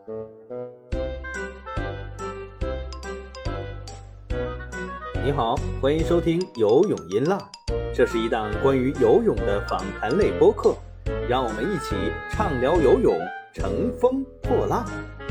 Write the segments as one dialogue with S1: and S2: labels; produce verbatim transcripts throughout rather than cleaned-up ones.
S1: 你好，欢迎收听游泳音浪，这是一档关于游泳的访谈类播客，让我们一起畅聊游泳，乘风破浪。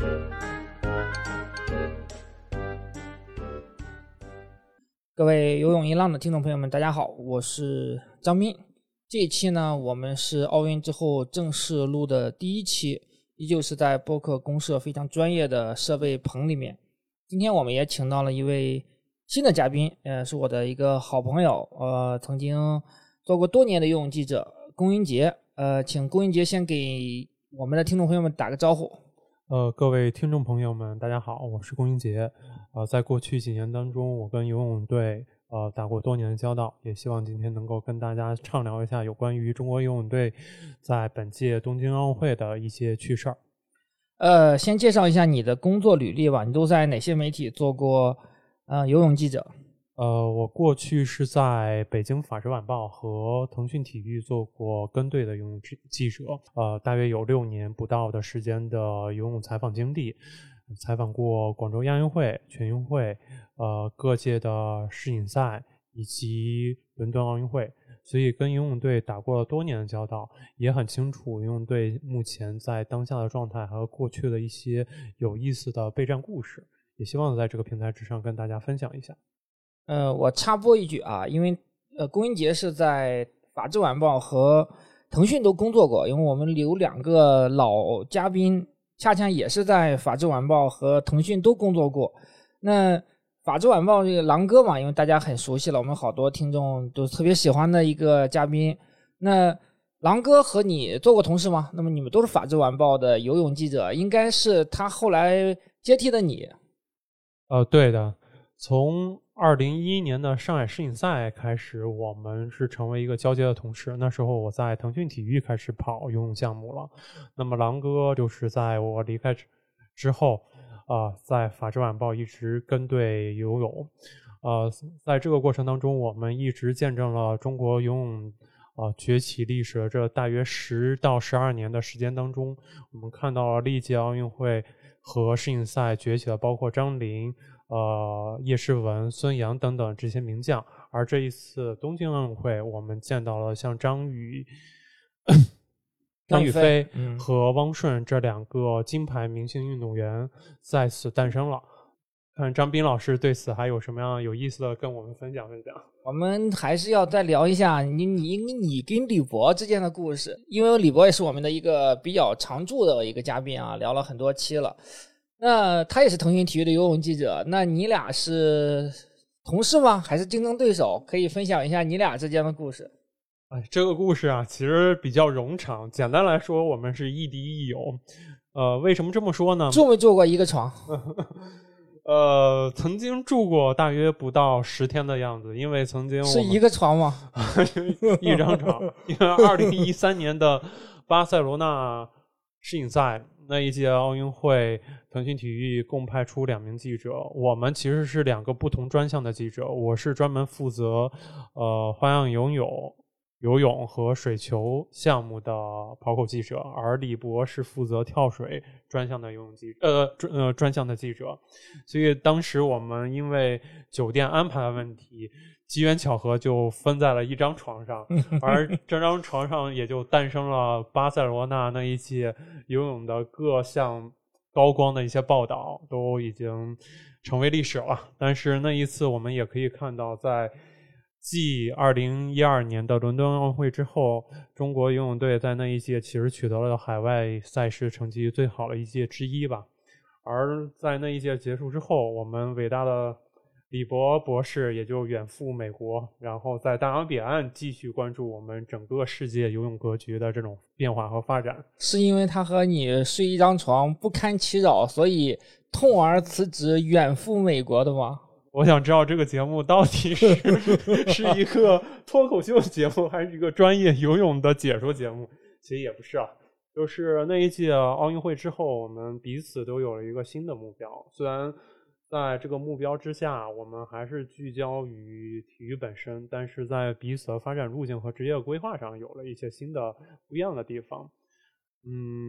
S2: 各位游泳音浪的听众朋友们，大家好，我是张斌。这一期呢，我们是奥运之后正式录的第一期，依旧是在播客公社非常专业的设备棚里面。今天我们也请到了一位新的嘉宾，呃，是我的一个好朋友，呃，曾经做过多年的游泳记者龚云杰，呃，请龚云杰先给我们的听众朋友们打个招呼。
S3: 呃，各位听众朋友们，大家好，我是龚云杰。呃，在过去几年当中，我跟游泳队呃打过多年的交道，也希望今天能够跟大家畅聊一下有关于中国游泳队在本届东京奥运会的一些趣事儿。
S2: 呃，先介绍一下你的工作履历吧，你都在哪些媒体做过呃游泳记者？
S3: 呃，我过去是在北京法制晚报和腾讯体育做过跟队的游泳记者，呃，大约有六年不到的时间的游泳采访经历，采访过广州亚运会、全运会，呃，各界的世锦赛以及伦敦奥运会，所以跟游泳队打过了多年的交道，也很清楚游泳队目前在当下的状态和过去的一些有意思的备战故事，也希望在这个平台之上跟大家分享一下。
S2: 呃，我插播一句啊，因为呃，龚云杰是在法制晚报和腾讯都工作过，因为我们有两个老嘉宾，恰恰也是在法制晚报和腾讯都工作过。那法制晚报这个狼哥嘛，因为大家很熟悉了，我们好多听众都特别喜欢的一个嘉宾。那狼哥和你做过同事吗？那么你们都是法制晚报的游泳记者，应该是他后来接替的你。
S3: 呃，对的，从二零一一年的上海世锦赛开始，我们是成为一个交接的同事。那时候我在腾讯体育开始跑游泳项目了。那么狼哥就是在我离开之后，呃，在法制晚报一直跟队游泳。呃，在这个过程当中，我们一直见证了中国游泳呃崛起历史这大约十到十二年的时间当中，我们看到了历届奥运会和世锦赛崛起的，包括张琳、呃，叶诗文、孙杨等等这些名将。而这一次东京奥运会，我们见到了像张雨、张雨霏和汪顺这两个金牌明星运动员在此诞生了。看张斌老师对此还有什么样有意思的跟我们分享分享？
S2: 我们还是要再聊一下你你你跟李博之间的故事，因为李博也是我们的一个比较常驻的一个嘉宾啊，聊了很多期了。那他也是腾讯体育的游泳记者，那你俩是同事吗？还是竞争对手？可以分享一下你俩之间的故事。
S3: 哎，这个故事啊，其实比较冗长。简单来说，我们是亦敌亦友。呃，为什么这么说呢？
S2: 住没住过一个床？
S3: 呃，曾经住过大约不到十天的样子，因为曾经
S2: 是一个床吗？
S3: 一张床。因为二零一三年的巴塞罗那世锦赛那一届奥运会，腾讯体育共派出两名记者，我们其实是两个不同专项的记者。我是专门负责呃花样游泳、游泳和水球项目的跑口记者，而李博是负责跳水专项的游泳记者，呃专呃专项的记者。所以当时我们因为酒店安排的问题，机缘巧合就分在了一张床上，而这张床上也就诞生了巴塞罗那那一届游泳的各项高光的一些报道，都已经成为历史了。但是那一次我们也可以看到，在继二零一二年的伦敦奥运会之后，中国游泳队在那一届其实取得了海外赛事成绩最好的一届之一吧。而在那一届结束之后，我们伟大的李博博士也就远赴美国，然后在大洋彼岸继续关注我们整个世界游泳格局的这种变化和发展。
S2: 是因为他和你睡一张床不堪其扰，所以痛而辞职远赴美国的吗？
S3: 我想知道这个节目到底是是一个脱口秀节目，还是一个专业游泳的解说节目？其实也不是啊，就是那一届奥运会之后，我们彼此都有了一个新的目标。虽然在这个目标之下，我们还是聚焦于体育本身，但是在彼此的发展路径和职业规划上有了一些新的不一样的地方。嗯，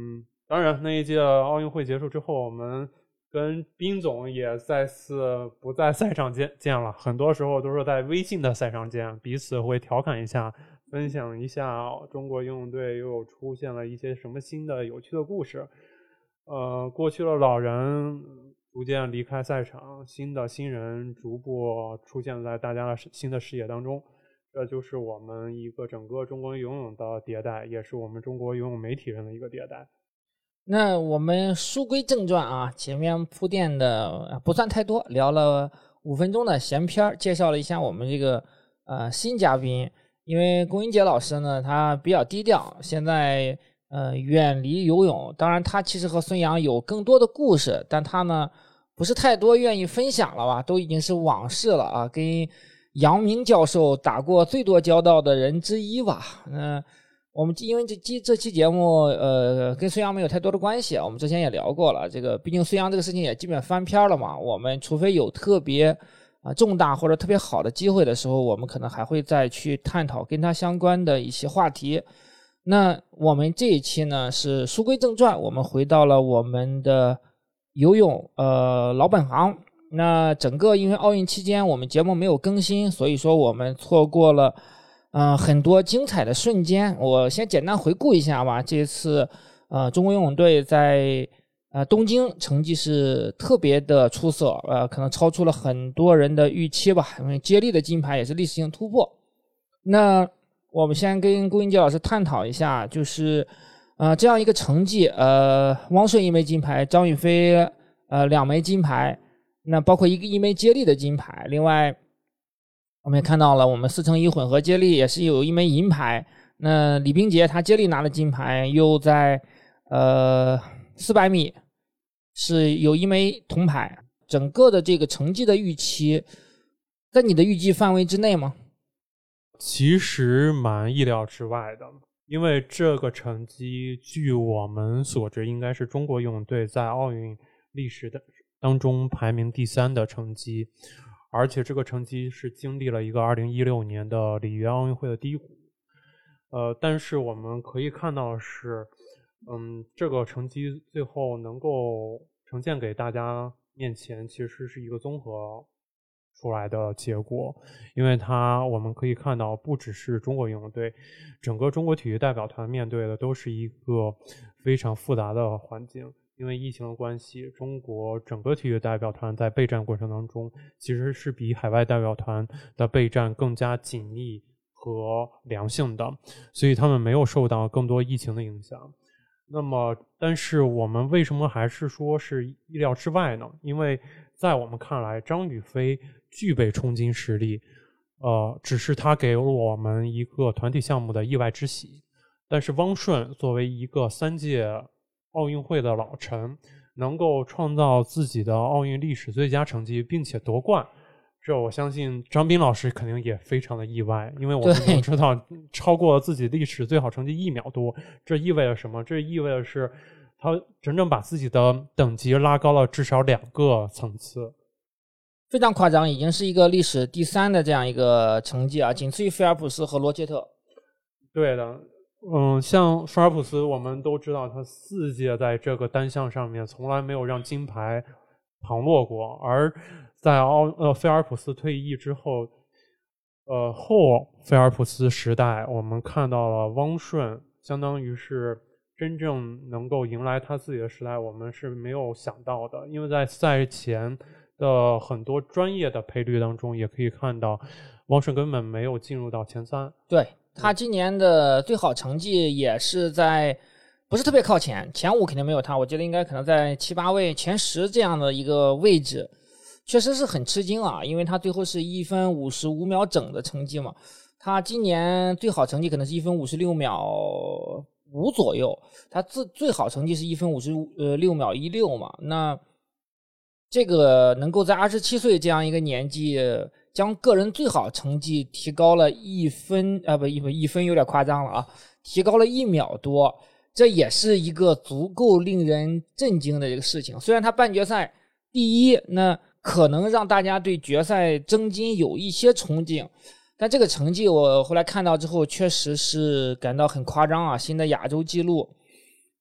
S3: 当然那一届奥运会结束之后，我们跟宾总也再次不在赛场见见了，很多时候都是在微信的赛上见，彼此会调侃一下，分享一下中国游泳队又出现了一些什么新的有趣的故事。呃，过去的老人逐渐离开赛场，新的新人逐步出现在大家的新的视野当中，这就是我们一个整个中国游泳的迭代，也是我们中国游泳媒体人的一个迭代。
S2: 那我们书归正传啊，前面铺垫的不算太多，聊了五分钟的闲篇，介绍了一下我们这个呃新嘉宾。因为龚英杰老师呢，他比较低调，现在呃远离游泳。当然，他其实和孙杨有更多的故事，但他呢不是太多愿意分享了吧，都已经是往事了啊。跟杨明教授打过最多交道的人之一吧。嗯、呃。我们因为这期这期节目，呃，跟孙杨没有太多的关系，我们之前也聊过了。这个毕竟孙杨这个事情也基本翻篇了嘛，我们除非有特别啊、呃、重大或者特别好的机会的时候，我们可能还会再去探讨跟他相关的一些话题。那我们这一期呢是书归正传，我们回到了我们的游泳呃老本行。那整个因为奥运期间我们节目没有更新，所以说我们错过了。嗯、呃，很多精彩的瞬间，我先简单回顾一下吧。这次，呃，中国游泳队在呃东京成绩是特别的出色，呃，可能超出了很多人的预期吧。因为接力的金牌也是历史性突破。那我们先跟龚英杰老师探讨一下，就是呃这样一个成绩，呃，汪顺一枚金牌，张雨霏呃两枚金牌，那包括一个一枚接力的金牌，另外。我们也看到了，我们四乘一混合接力也是有一枚银牌。那李冰洁她接力拿了金牌，又在呃四百米是有一枚铜牌。整个的这个成绩的预期，在你的预计范围之内吗？
S3: 其实蛮意料之外的，因为这个成绩，据我们所知，应该是中国游泳队在奥运历史的当中排名第三的成绩。而且这个成绩是经历了一个二零一六年的里约奥运会的低谷，呃，但是我们可以看到的是，嗯，这个成绩最后能够呈现给大家面前，其实是一个综合出来的结果，因为它我们可以看到，不只是中国游泳队，整个中国体育代表团面对的都是一个非常复杂的环境。因为疫情的关系，中国整个体育代表团在备战过程当中，其实是比海外代表团的备战更加紧密和良性的，所以他们没有受到更多疫情的影响。那么，但是我们为什么还是说是意料之外呢？因为在我们看来，张雨霏具备冲金实力，呃，只是他给了我们一个团体项目的意外之喜。但是汪顺作为一个三届奥运会的老臣，能够创造自己的奥运历史最佳成绩并且夺冠，这我相信张斌老师肯定也非常的意外，因为我们都知道超过了自己历史最好成绩一秒多，这意味着什么？这意味着是他整整把自己的等级拉高了至少两个层次，
S2: 非常夸张，已经是一个历史第三的这样一个成绩啊，仅次于菲尔普斯和罗切特。
S3: 对的。嗯，像菲尔普斯，我们都知道他四届在这个单项上面从来没有让金牌旁落过，而在奥呃菲尔普斯退役之后，呃后菲尔普斯时代，我们看到了汪顺，相当于是真正能够迎来他自己的时代，我们是没有想到的，因为在赛前的很多专业的配率当中，也可以看到汪顺根本没有进入到前三。
S2: 对。他今年的最好成绩也是在不是特别靠前，前五肯定没有他，我觉得应该可能在七八位前十这样的一个位置，确实是很吃惊啊，因为他最后是一分五十五秒整的成绩嘛，他今年最好成绩可能是一分五十六秒五左右，他最最好成绩是一分五十六秒一六嘛，那这个能够在二十七岁这样一个年纪。将个人最好成绩提高了一分啊不一分一分有点夸张了啊，提高了一秒多，这也是一个足够令人震惊的这个事情。虽然他半决赛第一，那可能让大家对决赛争金有一些憧憬，但这个成绩我后来看到之后，确实是感到很夸张啊，新的亚洲纪录。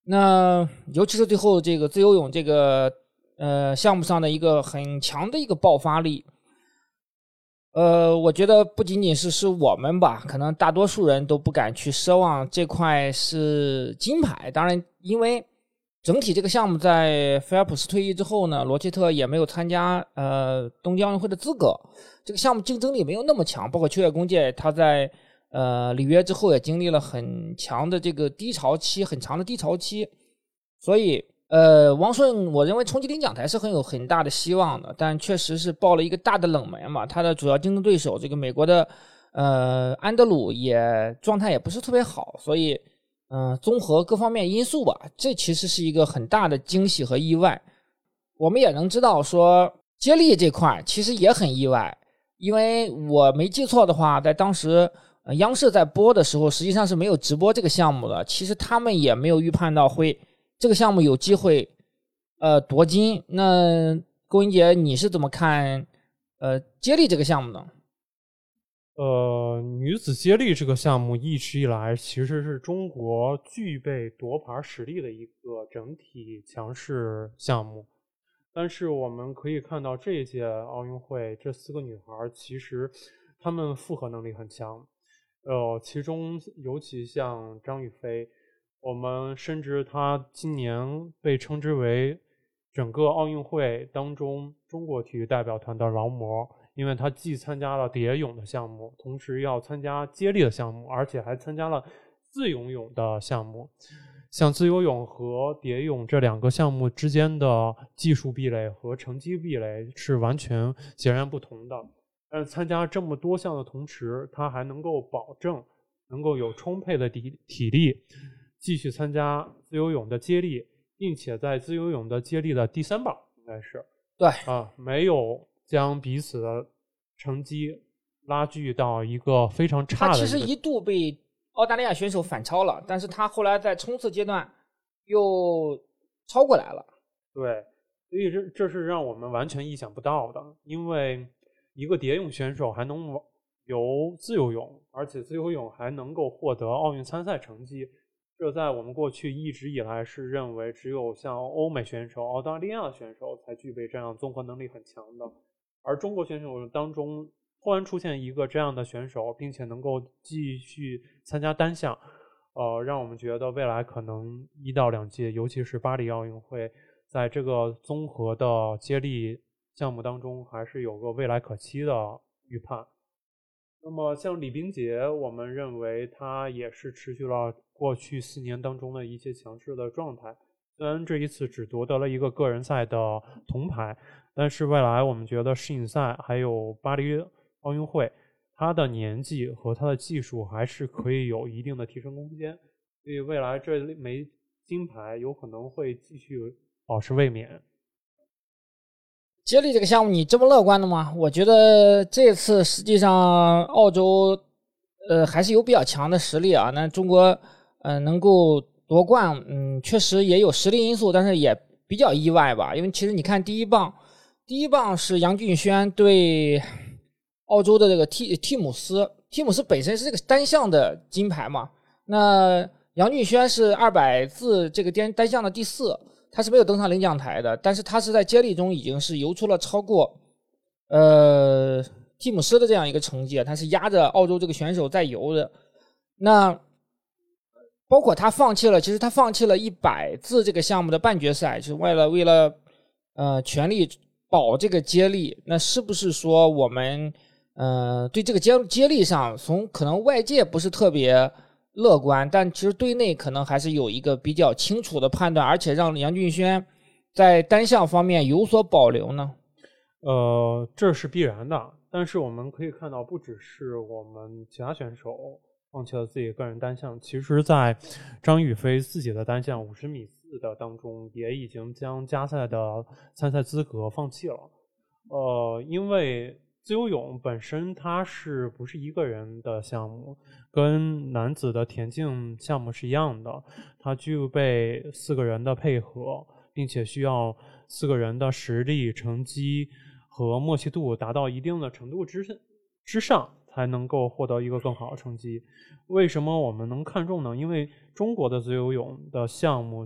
S2: 那尤其是最后这个自由泳这个呃项目上的一个很强的一个爆发力，呃，我觉得不仅仅是是我们吧，可能大多数人都不敢去奢望这块是金牌。当然，因为整体这个项目在菲尔普斯退役之后呢，罗切特也没有参加呃东京奥运会的资格，这个项目竞争力没有那么强。包括秋叶公介，他在呃里约之后也经历了很强的这个低潮期，很长的低潮期，所以呃，王顺我认为冲击领奖台是很有很大的希望的，但确实是爆了一个大的冷门嘛。他的主要竞争对手这个美国的呃安德鲁也状态也不是特别好，所以嗯、呃，综合各方面因素吧，这其实是一个很大的惊喜和意外。我们也能知道说接力这块其实也很意外，因为我没记错的话，在当时、呃、央视在播的时候实际上是没有直播这个项目的，其实他们也没有预判到会这个项目有机会呃夺金。那龚英杰你是怎么看呃接力这个项目呢？
S3: 呃，女子接力这个项目一直以来其实是中国具备夺牌实力的一个整体强势项目，但是我们可以看到这一届奥运会这四个女孩其实她们复合能力很强，呃，其中尤其像张雨霏，我们深知她今年被称之为整个奥运会当中中国体育代表团的劳模，因为他既参加了蝶泳的项目，同时要参加接力的项目，而且还参加了自由泳的项目。像自由泳和蝶泳这两个项目之间的技术壁垒和成绩壁垒是完全截然不同的。但参加这么多项的同时，他还能够保证能够有充沛的体体力继续参加自由泳的接力，并且在自由泳的接力的第三棒应该是
S2: 对
S3: 啊，没有将彼此的成绩拉锯到一个非常差的。
S2: 他其实一度被澳大利亚选手反超了，但是他后来在冲刺阶段又超过来了。
S3: 对，所以这这是让我们完全意想不到的，因为一个蝶泳选手还能游自由泳，而且自由泳还能够获得奥运参赛成绩，这在我们过去一直以来是认为只有像欧美选手、澳大利亚选手才具备这样综合能力很强的，而中国选手当中突然出现一个这样的选手，并且能够继续参加单项，呃，让我们觉得未来可能一到两届，尤其是巴黎奥运会，在这个综合的接力项目当中，还是有个未来可期的预判。那么像李冰洁，我们认为她也是持续了过去四年当中的一些强势的状态，虽然这一次只夺得了一个个人赛的铜牌，但是未来我们觉得世锦赛还有巴黎奥运会，她的年纪和她的技术还是可以有一定的提升空间，所以未来这枚金牌有可能会继续保持卫冕。
S2: 接力这个项目你这么乐观的吗？我觉得这次实际上澳洲呃还是有比较强的实力啊，那中国呃能够夺冠，嗯，确实也有实力因素，但是也比较意外吧，因为其实你看第一棒第一棒是杨俊轩对澳洲的这个蒂蒂姆斯，蒂姆斯本身是这个单项的金牌嘛，那杨俊轩是二百自这个单单项的第四，他是没有登上领奖台的，但是他是在接力中已经是游出了超过呃蒂姆斯的这样一个成绩，他是压着澳洲这个选手在游的。那包括他放弃了，其实他放弃了一百自这个项目的半决赛，就是为了为了呃全力保这个接力。那是不是说我们呃对这个接接力上，从可能外界不是特别乐观，但其实对内可能还是有一个比较清楚的判断，而且让杨俊轩在单项方面有所保留呢？
S3: 呃，这是必然的，但是我们可以看到，不只是我们其他选手放弃了自己个人单项，其实在张雨霏自己的单项五十米四的当中，也已经将加赛的参赛资格放弃了。呃，因为自由泳本身它是不是一个人的项目，跟男子的田径项目是一样的，它具备四个人的配合，并且需要四个人的实力、成绩和默契度达到一定的程度之之上，才能够获得一个更好的成绩。为什么我们能看重呢？因为中国的自由泳的项目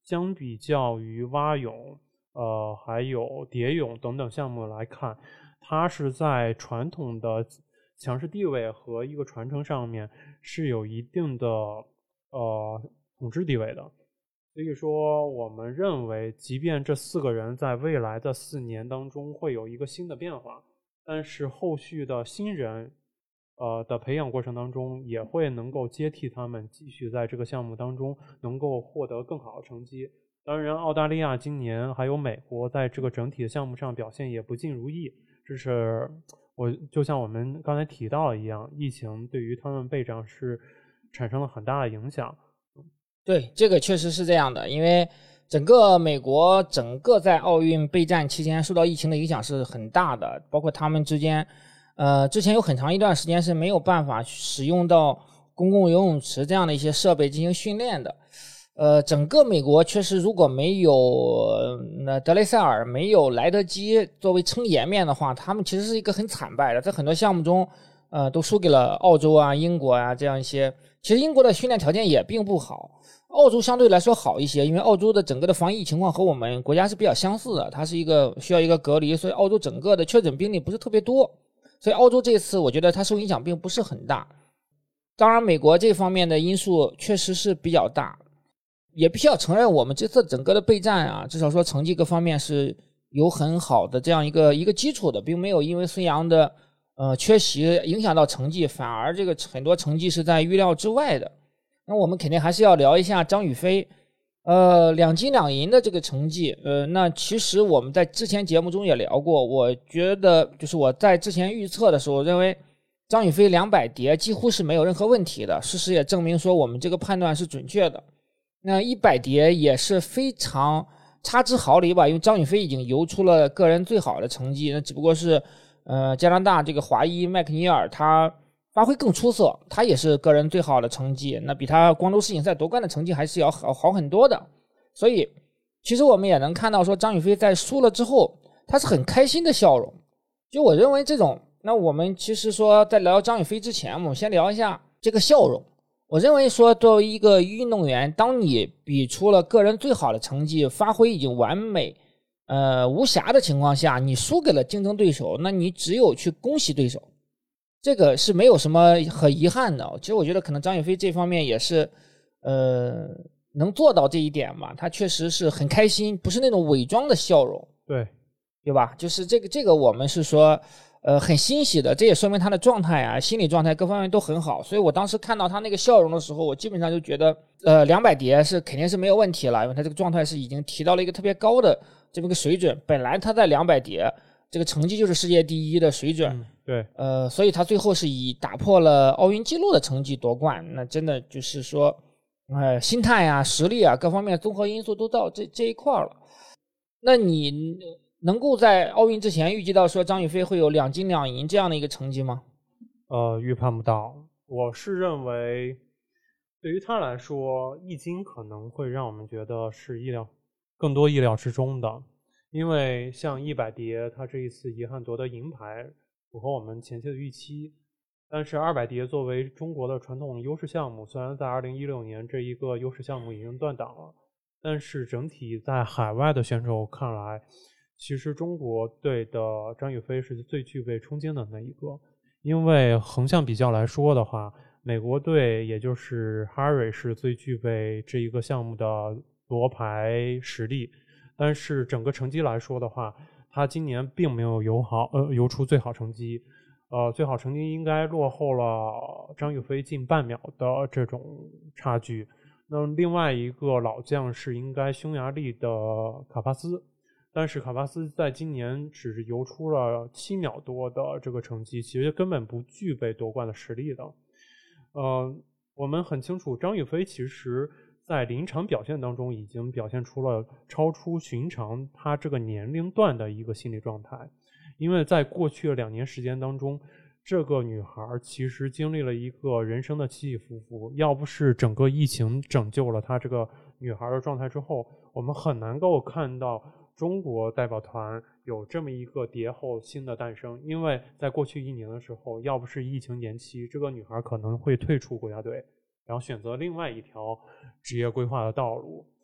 S3: 相比较于蛙泳呃还有蝶泳等等项目来看，它是在传统的强势地位和一个传承上面是有一定的呃统治地位的。所以说我们认为即便这四个人在未来的四年当中会有一个新的变化，但是后续的新人呃的培养过程当中也会能够接替他们继续在这个项目当中能够获得更好的成绩。当然澳大利亚今年还有美国在这个整体的项目上表现也不尽如意，这是我就像我们刚才提到的一样，疫情对于他们备战是产生了很大的影响。
S2: 对，这个确实是这样的，因为整个美国整个在奥运备战期间受到疫情的影响是很大的，包括他们之间呃，之前有很长一段时间是没有办法使用到公共游泳池这样的一些设备进行训练的。呃，整个美国确实如果没有那、呃、德雷塞尔没有莱德基作为撑颜面的话，他们其实是一个很惨败的，在很多项目中呃，都输给了澳洲啊英国啊这样一些。其实英国的训练条件也并不好，澳洲相对来说好一些，因为澳洲的整个的防疫情况和我们国家是比较相似的，它是一个需要一个隔离，所以澳洲整个的确诊病例不是特别多，所以澳洲这次我觉得它受影响并不是很大。当然美国这方面的因素确实是比较大，也必须要承认我们这次整个的备战啊，至少说成绩各方面是有很好的这样一个一个基础的，并没有因为孙杨的呃缺席影响到成绩，反而这个很多成绩是在预料之外的。那我们肯定还是要聊一下张雨霏呃两金两银的这个成绩。呃那其实我们在之前节目中也聊过，我觉得就是我在之前预测的时候认为张雨霏两百蝶几乎是没有任何问题的，事实也证明说我们这个判断是准确的。那一百蝶也是非常差之毫厘吧，因为张雨霏已经游出了个人最好的成绩，那只不过是呃加拿大这个华裔麦克尼尔他发挥更出色，他也是个人最好的成绩，那比他光州世锦赛夺冠的成绩还是要好好很多的。所以其实我们也能看到说张雨霏在输了之后他是很开心的笑容。就我认为这种，那我们其实说在聊张雨霏之前我们先聊一下这个笑容。我认为说作为一个运动员，当你比出了个人最好的成绩，发挥已经完美呃无瑕的情况下，你输给了竞争对手，那你只有去恭喜对手，这个是没有什么很遗憾的。其实我觉得可能张雨霏这方面也是呃能做到这一点嘛，他确实是很开心，不是那种伪装的笑容，
S3: 对
S2: 对吧？就是这个这个我们是说呃，很欣喜的，这也说明他的状态啊，心理状态各方面都很好。所以我当时看到他那个笑容的时候，我基本上就觉得，呃，两百蝶是肯定是没有问题了，因为他这个状态是已经提到了一个特别高的这么个水准。本来他在两百蝶这个成绩就是世界第一的水准，
S3: 嗯、对，
S2: 呃，所以他最后是以打破了奥运纪录的成绩夺冠，那真的就是说，呃，心态啊、实力啊各方面综合因素都到这这一块了。那你能够在奥运之前预计到说张雨霏会有两金两银这样的一个成绩吗？
S3: 呃，预判不到。我是认为对于他来说，一金可能会让我们觉得是意料更多意料之中的，因为像一百蝶他这一次遗憾夺得银牌符合我们前期的预期，但是二百蝶作为中国的传统优势项目，虽然在二零一六年这一个优势项目已经断档了，但是整体在海外的选手看来，其实中国队的张雨霏是最具备冲劲的那一个。因为横向比较来说的话，美国队也就是 Harry 是最具备这一个项目的夺牌实力，但是整个成绩来说的话，他今年并没有游好呃游出最好成绩，呃最好成绩应该落后了张雨霏近半秒的这种差距。那另外一个老将是应该匈牙利的卡帕斯，但是卡帕斯在今年只是游出了七秒多的这个成绩，其实根本不具备夺冠的实力的。呃，我们很清楚，张雨霏其实在临场表现当中已经表现出了超出寻常他这个年龄段的一个心理状态。因为在过去的两年时间当中，这个女孩其实经历了一个人生的起起伏伏，要不是整个疫情拯救了她这个女孩的状态之后，我们很难够看到中国代表团有这么一个蝶后新的诞生。因为在过去一年的时候，要不是疫情延期，这个女孩可能会退出国家队，然后选择另外一条职业规划的道路。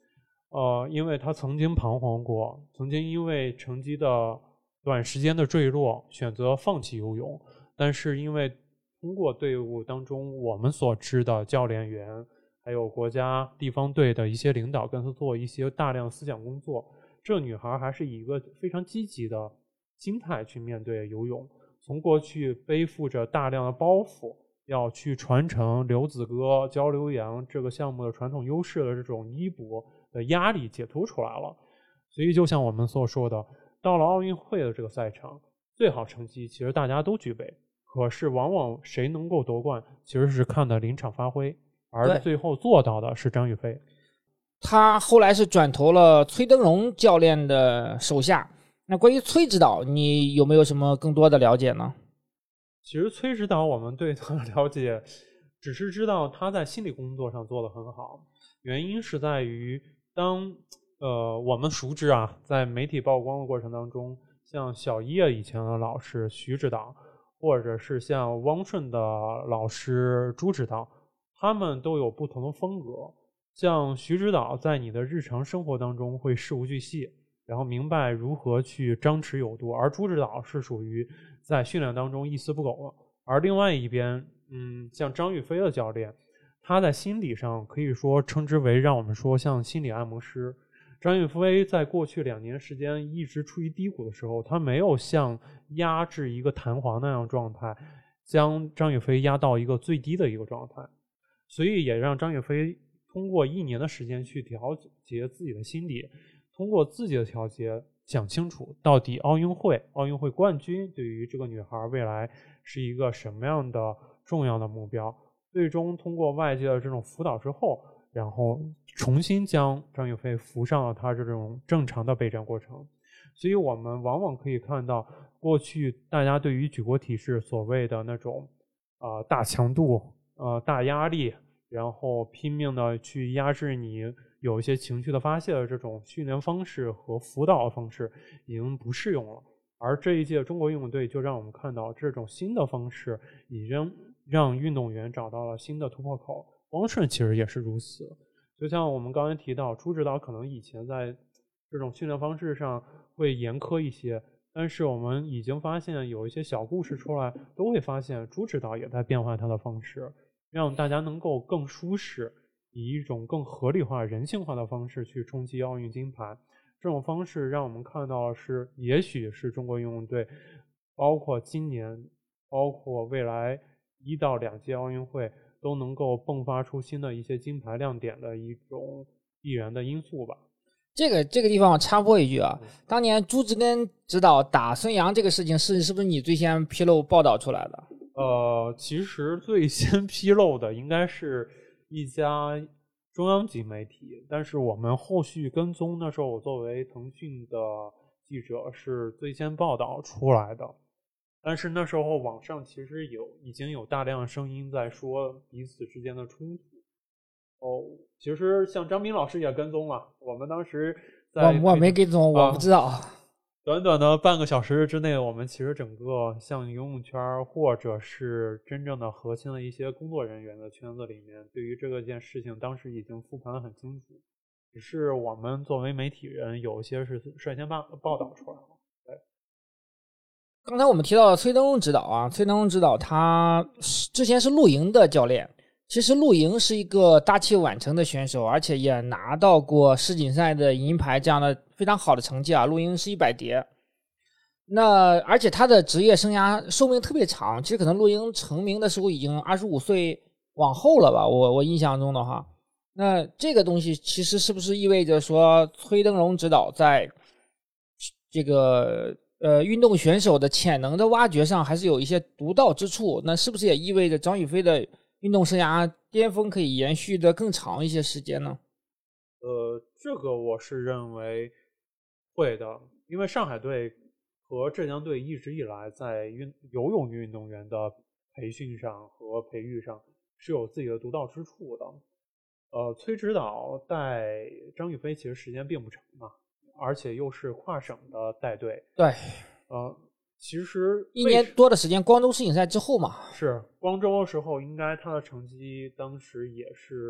S3: 呃，因为他曾经彷徨过，曾经因为成绩的短时间的坠落选择放弃游泳，但是因为通过队伍当中我们所知的教练员还有国家地方队的一些领导跟他做一些大量思想工作，这女孩还是以一个非常积极的心态去面对游泳，从过去背负着大量的包袱要去传承刘子歌、焦刘洋这个项目的传统优势的这种衣钵的压力解脱出来了。所以就像我们所说的，到了奥运会的这个赛场，最好成绩其实大家都具备，可是往往谁能够夺冠其实是看的临场发挥，而最后做到的是张雨霏。
S2: 他后来是转投了崔登荣教练的手下。那关于崔指导，你有没有什么更多的了解呢？
S3: 其实崔指导我们对他的了解只是知道他在心理工作上做得很好，原因是在于当呃我们熟知啊，在媒体曝光的过程当中，像小叶以前的老师徐指导，或者是像汪顺的老师朱指导，他们都有不同的风格。像徐指导在你的日常生活当中会事无巨细，然后明白如何去张弛有度，而朱指导是属于在训练当中一丝不苟。而另外一边，嗯，像张雨霏的教练，他在心理上可以说称之为让我们说像心理按摩师。张雨霏在过去两年时间一直处于低谷的时候，他没有像压制一个弹簧那样状态，将张雨霏压到一个最低的一个状态，所以也让张雨霏通过一年的时间去调节自己的心理，通过自己的调节想清楚到底奥运会奥运会冠军对于这个女孩未来是一个什么样的重要的目标，最终通过外界的这种辅导之后，然后重新将张雨霏扶上了她这种正常的备战过程。所以我们往往可以看到过去大家对于举国体制所谓的那种呃大强度呃大压力，然后拼命的去压制你有一些情绪的发泄的这种训练方式和辅导的方式已经不适用了，而这一届中国游泳队就让我们看到这种新的方式已经让运动员找到了新的突破口。汪顺其实也是如此，就像我们刚才提到朱指导可能以前在这种训练方式上会严苛一些，但是我们已经发现有一些小故事出来都会发现朱指导也在变化他的方式，让大家能够更舒适，以一种更合理化人性化的方式去冲击奥运金牌。这种方式让我们看到的是也许是中国游泳队包括今年包括未来一到两届奥运会都能够迸发出新的一些金牌亮点的一种必然的因素吧。
S2: 这个这个地方我插播一句啊，当年朱志根指导打孙杨这个事情是是不是你最先披露报道出来的？
S3: 呃，其实最先披露的应该是一家中央级媒体，但是我们后续跟踪，那时候我作为腾讯的记者是最先报道出来的。但是那时候网上其实有已经有大量的声音在说彼此之间的冲突。哦，其实像张斌老师也跟踪了，我们当时在
S2: 我我没跟踪，我不知道。
S3: 啊短短的半个小时之内，我们其实整个像游泳圈或者是真正的核心的一些工作人员的圈子里面，对于这个件事情当时已经复盘得很清楚，只是我们作为媒体人有一些是率先报报道出来了。对，
S2: 刚才我们提到崔登荣指导啊，崔登荣指导他之前是陆营的教练，其实陆营是一个大器晚成的选手，而且也拿到过世锦赛的银牌这样的非常好的成绩啊。陆营是一百蝶，那而且他的职业生涯寿命特别长，其实可能陆营成名的时候已经二十五岁往后了吧，我我印象中的话。那这个东西其实是不是意味着说崔登荣指导在这个呃运动选手的潜能的挖掘上还是有一些独到之处？那是不是也意味着张雨霏的运动生涯巅峰可以延续的更长一些时间呢？
S3: 呃，这个我是认为会的，因为上海队和浙江队一直以来在运游泳运动员的培训上和培育上是有自己的独到之处的。呃，崔指导带张雨霏其实时间并不长嘛，而且又是跨省的带队。
S2: 对，
S3: 呃，其实
S2: 一年多的时间，光州世锦赛之后嘛。
S3: 是光州的时候，应该他的成绩当时也是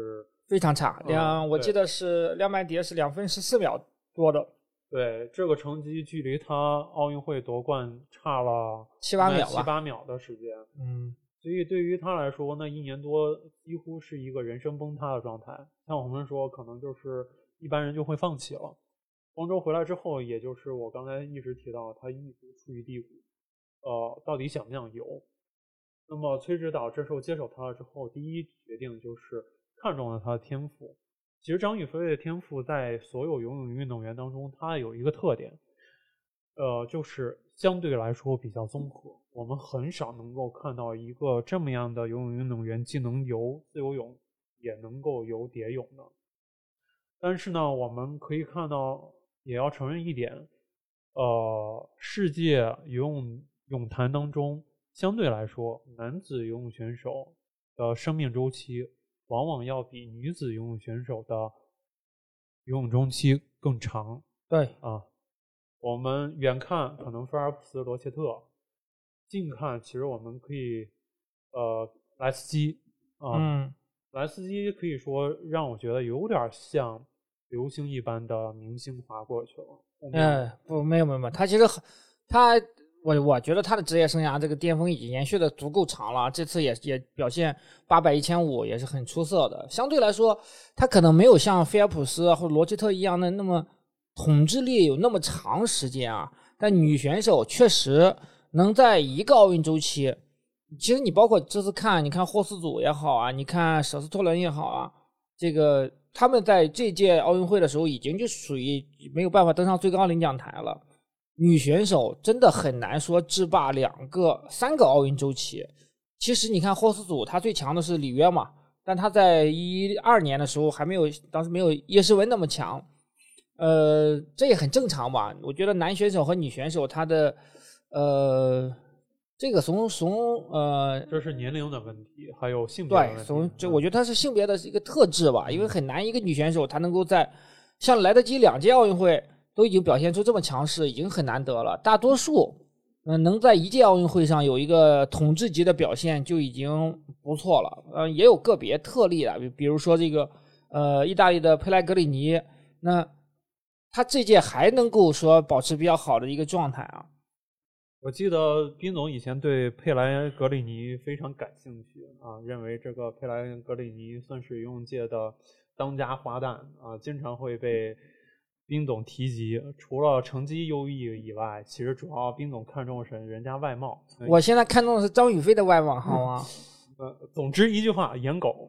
S2: 非常差，两、
S3: 嗯、
S2: 我记得是两百蝶是两分十四秒多的。
S3: 对，这个成绩距离他奥运会夺冠差了
S2: 七八秒吧，
S3: 七八秒的时间。
S2: 嗯，
S3: 所以对于他来说，那一年多几乎是一个人生崩塌的状态。像我们说，可能就是一般人就会放弃了。光州回来之后，也就是我刚才一直提到，他一直处于低谷，呃，到底想不想游？那么崔指导这时候接手他了之后，第一决定就是看中了他的天赋。其实张雨霏的天赋在所有游泳运动员当中，他有一个特点，呃，就是相对来说比较综合。我们很少能够看到一个这么样的游泳运动员，既能游自由泳，也能够游蝶泳的。但是呢，我们可以看到，也要承认一点，呃，世界游泳泳坛当中，相对来说，男子游泳选手的生命周期往往要比女子游泳选手的游泳周期更长。
S2: 对
S3: 啊，我们远看可能菲尔普斯、罗切特，近看其实我们可以，呃，莱斯基啊，
S2: 嗯，
S3: 莱斯基可以说让我觉得有点像流星一般的明星划过去了。
S2: 嗯，不，没有没有没有，他其实他。我我觉得他的职业生涯这个巅峰已经延续的足够长了，这次也也表现八百、一千五也是很出色的。相对来说，他可能没有像菲尔普斯或者罗切特一样的那么统治力有那么长时间啊。但女选手确实能在一个奥运周期，其实你包括这次看，你看霍斯祖也好啊，你看舍斯托伦也好啊，这个他们在这届奥运会的时候已经就属于没有办法登上最高领奖台了。女选手真的很难说制霸两个、三个奥运周期。其实你看霍斯祖，他最强的是里约嘛，但他在一二年的时候还没有，当时没有叶诗文那么强。呃，这也很正常吧。我觉得男选手和女选手他的呃，这个从从呃，
S3: 这是年龄的问题，还有性别的问题。
S2: 对，从这我觉得他是性别的一个特质吧，因为很难一个女选手她能够在像来得及两届奥运会。都已经表现出这么强势，已经很难得了。大多数，嗯、呃，能在一届奥运会上有一个统治级的表现就已经不错了。呃，也有个别特例了，比比如说这个，呃，意大利的佩莱格里尼，那他这届还能够说保持比较好的一个状态啊。
S3: 我记得宾总以前对佩莱格里尼非常感兴趣啊，认为这个佩莱格里尼算是游泳界的当家花旦啊，经常会被宾总提及。除了成绩优异以外，其实主要宾总看重是人家外貌。
S2: 我现在看重的是张雨霏的外貌，好吗？
S3: 呃，总之一句话，颜狗。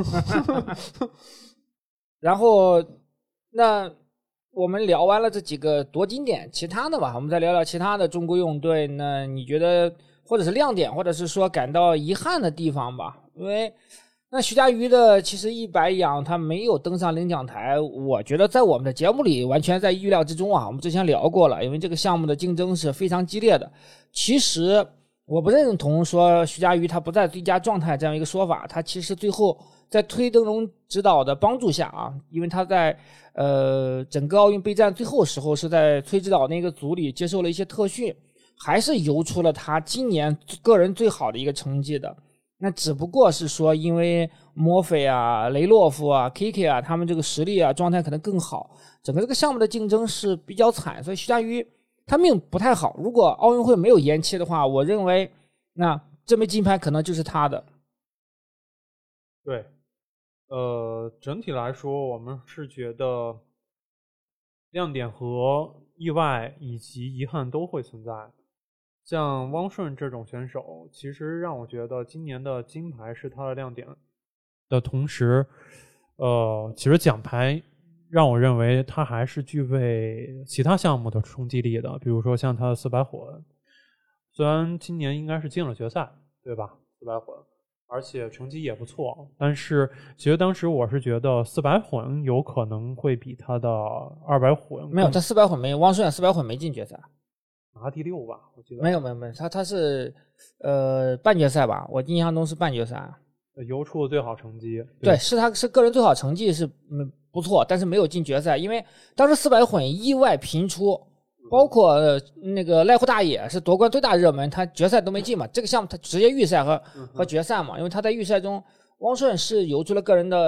S2: 然后，那我们聊完了这几个夺金点，其他的吧，我们再聊聊其他的中国游泳队。那你觉得，或者是亮点，或者是说感到遗憾的地方吧？因为那徐嘉余的其实一百仰他没有登上领奖台，我觉得在我们的节目里完全在预料之中啊。我们之前聊过了，因为这个项目的竞争是非常激烈的。其实我不认同说徐嘉余他不在最佳状态这样一个说法，他其实最后在推登荣指导的帮助下啊，因为他在呃整个奥运备战最后时候是在崔指导那个组里接受了一些特训，还是游出了他今年个人最好的一个成绩的。那只不过是说因为墨菲啊、雷洛夫啊、K K 啊他们这个实力啊状态可能更好，整个这个项目的竞争是比较惨，所以徐嘉余他命不太好。如果奥运会没有延期的话，我认为那这枚金牌可能就是他的。
S3: 对，呃，整体来说，我们是觉得亮点和意外以及遗憾都会存在。像汪顺这种选手，其实让我觉得今年的金牌是他的亮点的同时，呃，其实奖牌让我认为他还是具备其他项目的冲击力的，比如说像他的四百混，虽然今年应该是进了决赛，对吧？四百混，而且成绩也不错，但是其实当时我是觉得四百混有可能会比他的二百混
S2: 没有，他四百混没有，汪顺四百混没进决赛。
S3: 拿第六吧，我记得
S2: 没有没有没有，他他是呃半决赛吧，我印象中是半决赛，
S3: 游出了最好成绩。
S2: 对，对是他是个人最好成绩是嗯不错，但是没有进决赛，因为当时四百混意外频出，包括、呃、那个濑户大野是夺冠最大热门，他决赛都没进嘛，这个项目他直接预赛和和决赛嘛，因为他在预赛中汪顺是游出了个人的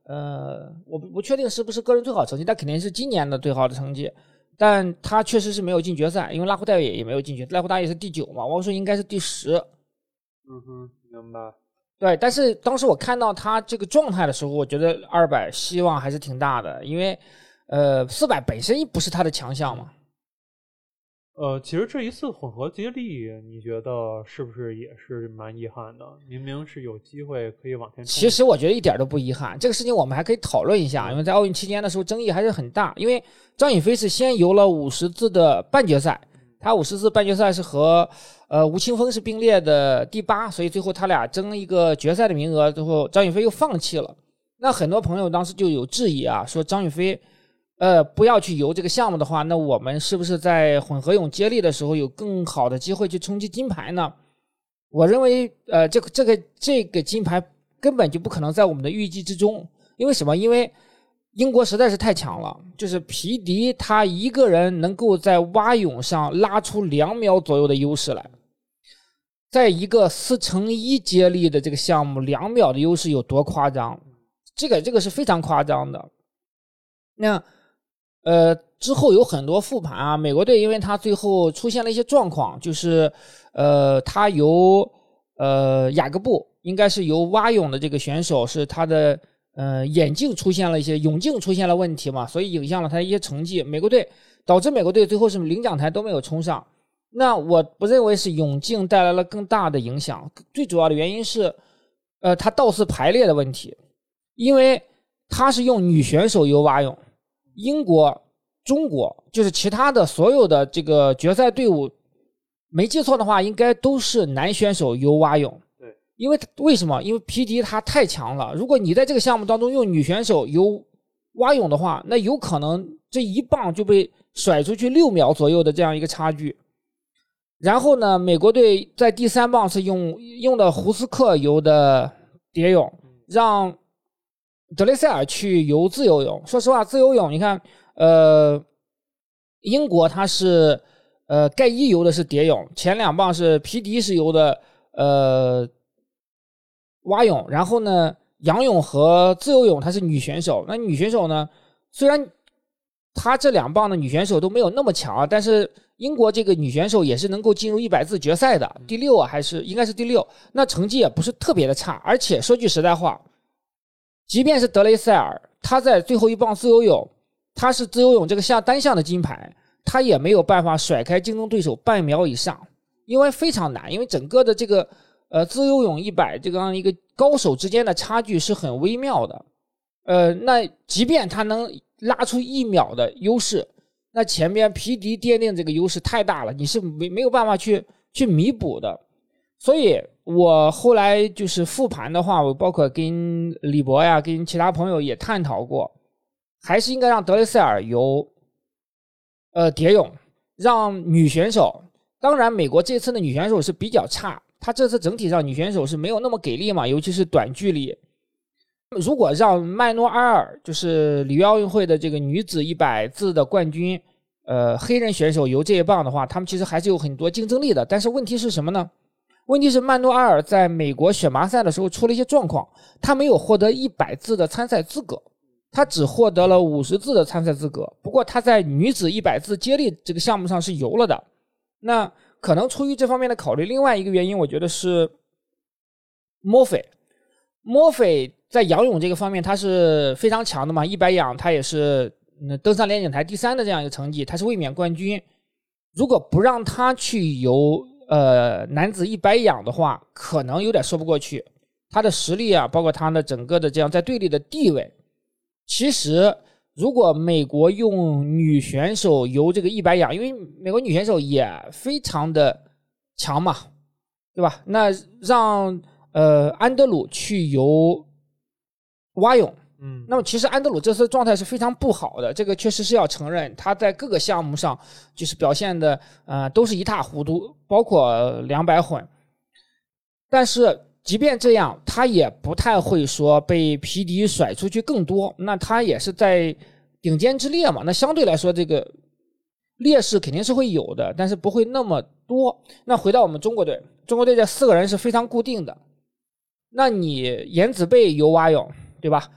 S2: 呃，我不不确定是不是个人最好成绩，但肯定是今年的最好的成绩。但他确实是没有进决赛，因为拉胡代也也没有进决赛，拉胡代也是第九嘛，王顺应该是第十。
S3: 嗯哼，明白。
S2: 对，但是当时我看到他这个状态的时候，我觉得二百希望还是挺大的，因为呃四百本身不是他的强项嘛。
S3: 呃，其实这一次混合接力，你觉得是不是也是蛮遗憾的？明明是有机会可以往前冲。
S2: 其实我觉得一点都不遗憾，这个事情我们还可以讨论一下，因为在奥运期间的时候争议还是很大。因为张雨霏是先游了五十字的半决赛，他五十字半决赛是和呃吴青峰是并列的第八，所以最后他俩争一个决赛的名额，最后张雨霏又放弃了。那很多朋友当时就有质疑啊，说张雨霏。呃，不要去游这个项目的话，那我们是不是在混合泳接力的时候有更好的机会去冲击金牌呢？我认为，呃，这个这个这个金牌根本就不可能在我们的预计之中。因为什么？因为英国实在是太强了，就是皮迪他一个人能够在蛙泳上拉出两秒左右的优势来，在一个四乘一接力的这个项目，两秒的优势有多夸张？这个这个是非常夸张的。那。呃，之后有很多复盘啊，美国队因为他最后出现了一些状况，就是呃，他由呃雅各布应该是由蛙泳的这个选手是他的呃眼镜出现了一些泳镜出现了问题嘛，所以影响了他的一些成绩。美国队导致美国队最后是领奖台都没有冲上。那我不认为是泳镜带来了更大的影响，最主要的原因是呃他倒次排列的问题，因为他是用女选手游蛙泳。英国、中国就是其他的所有的这个决赛队伍，没记错的话，应该都是男选手游蛙泳。
S3: 对，
S2: 因为为什么？因为皮迪他太强了。如果你在这个项目当中用女选手游蛙泳的话，那有可能这一棒就被甩出去六秒左右的这样一个差距。然后呢，美国队在第三棒是用用的胡斯克游的蝶泳，让德雷塞尔去游自由泳。说实话，自由泳你看，呃，英国他是呃盖伊游的是蝶泳，前两棒是皮迪是游的呃蛙泳，然后呢仰泳和自由泳他是女选手。那女选手呢，虽然他这两棒的女选手都没有那么强啊，但是英国这个女选手也是能够进入一百字决赛的，第六啊还是应该是第六，那成绩也不是特别的差。而且说句实在话，即便是德雷塞尔，他在最后一棒自由泳，他是自由泳这个下单项的金牌，他也没有办法甩开竞争对手半秒以上，因为非常难，因为整个的这个呃自由泳一百这个一个高手之间的差距是很微妙的。呃，那即便他能拉出一秒的优势，那前面皮迪奠定这个优势太大了，你是没没有办法去去弥补的。所以我后来就是复盘的话，我包括跟李博呀，跟其他朋友也探讨过，还是应该让德雷塞尔游呃蝶泳，让女选手，当然美国这次的女选手是比较差，她这次整体上女选手是没有那么给力嘛，尤其是短距离。如果让麦诺埃尔，就是里约奥运会的这个女子一百字的冠军，呃，黑人选手游这一棒的话，他们其实还是有很多竞争力的。但是问题是什么呢？问题是曼诺埃尔在美国选拔赛的时候出了一些状况，他没有获得一百字的参赛资格，他只获得了五十字的参赛资格。不过他在女子一百字接力这个项目上是游了的。那可能出于这方面的考虑，另外一个原因我觉得是墨菲。墨菲在仰泳这个方面他是非常强的嘛，一百仰他也是登上领奖台第三的这样一个成绩，他是卫冕冠军。如果不让他去游呃，男子一百仰的话，可能有点说不过去。他的实力啊，包括他的整个的这样在队里的地位，其实如果美国用女选手游这个一百仰，因为美国女选手也非常的强嘛，对吧？那让呃安德鲁去游蛙泳，
S3: 嗯，
S2: 那么其实安德鲁这次状态是非常不好的，这个确实是要承认，他在各个项目上就是表现的呃都是一塌糊涂，包括两百混。但是即便这样，他也不太会说被皮迪甩出去更多，那他也是在顶尖之列嘛，那相对来说这个劣势肯定是会有的，但是不会那么多。那回到我们中国队，中国队这四个人是非常固定的，那你颜子贝游蛙泳对吧？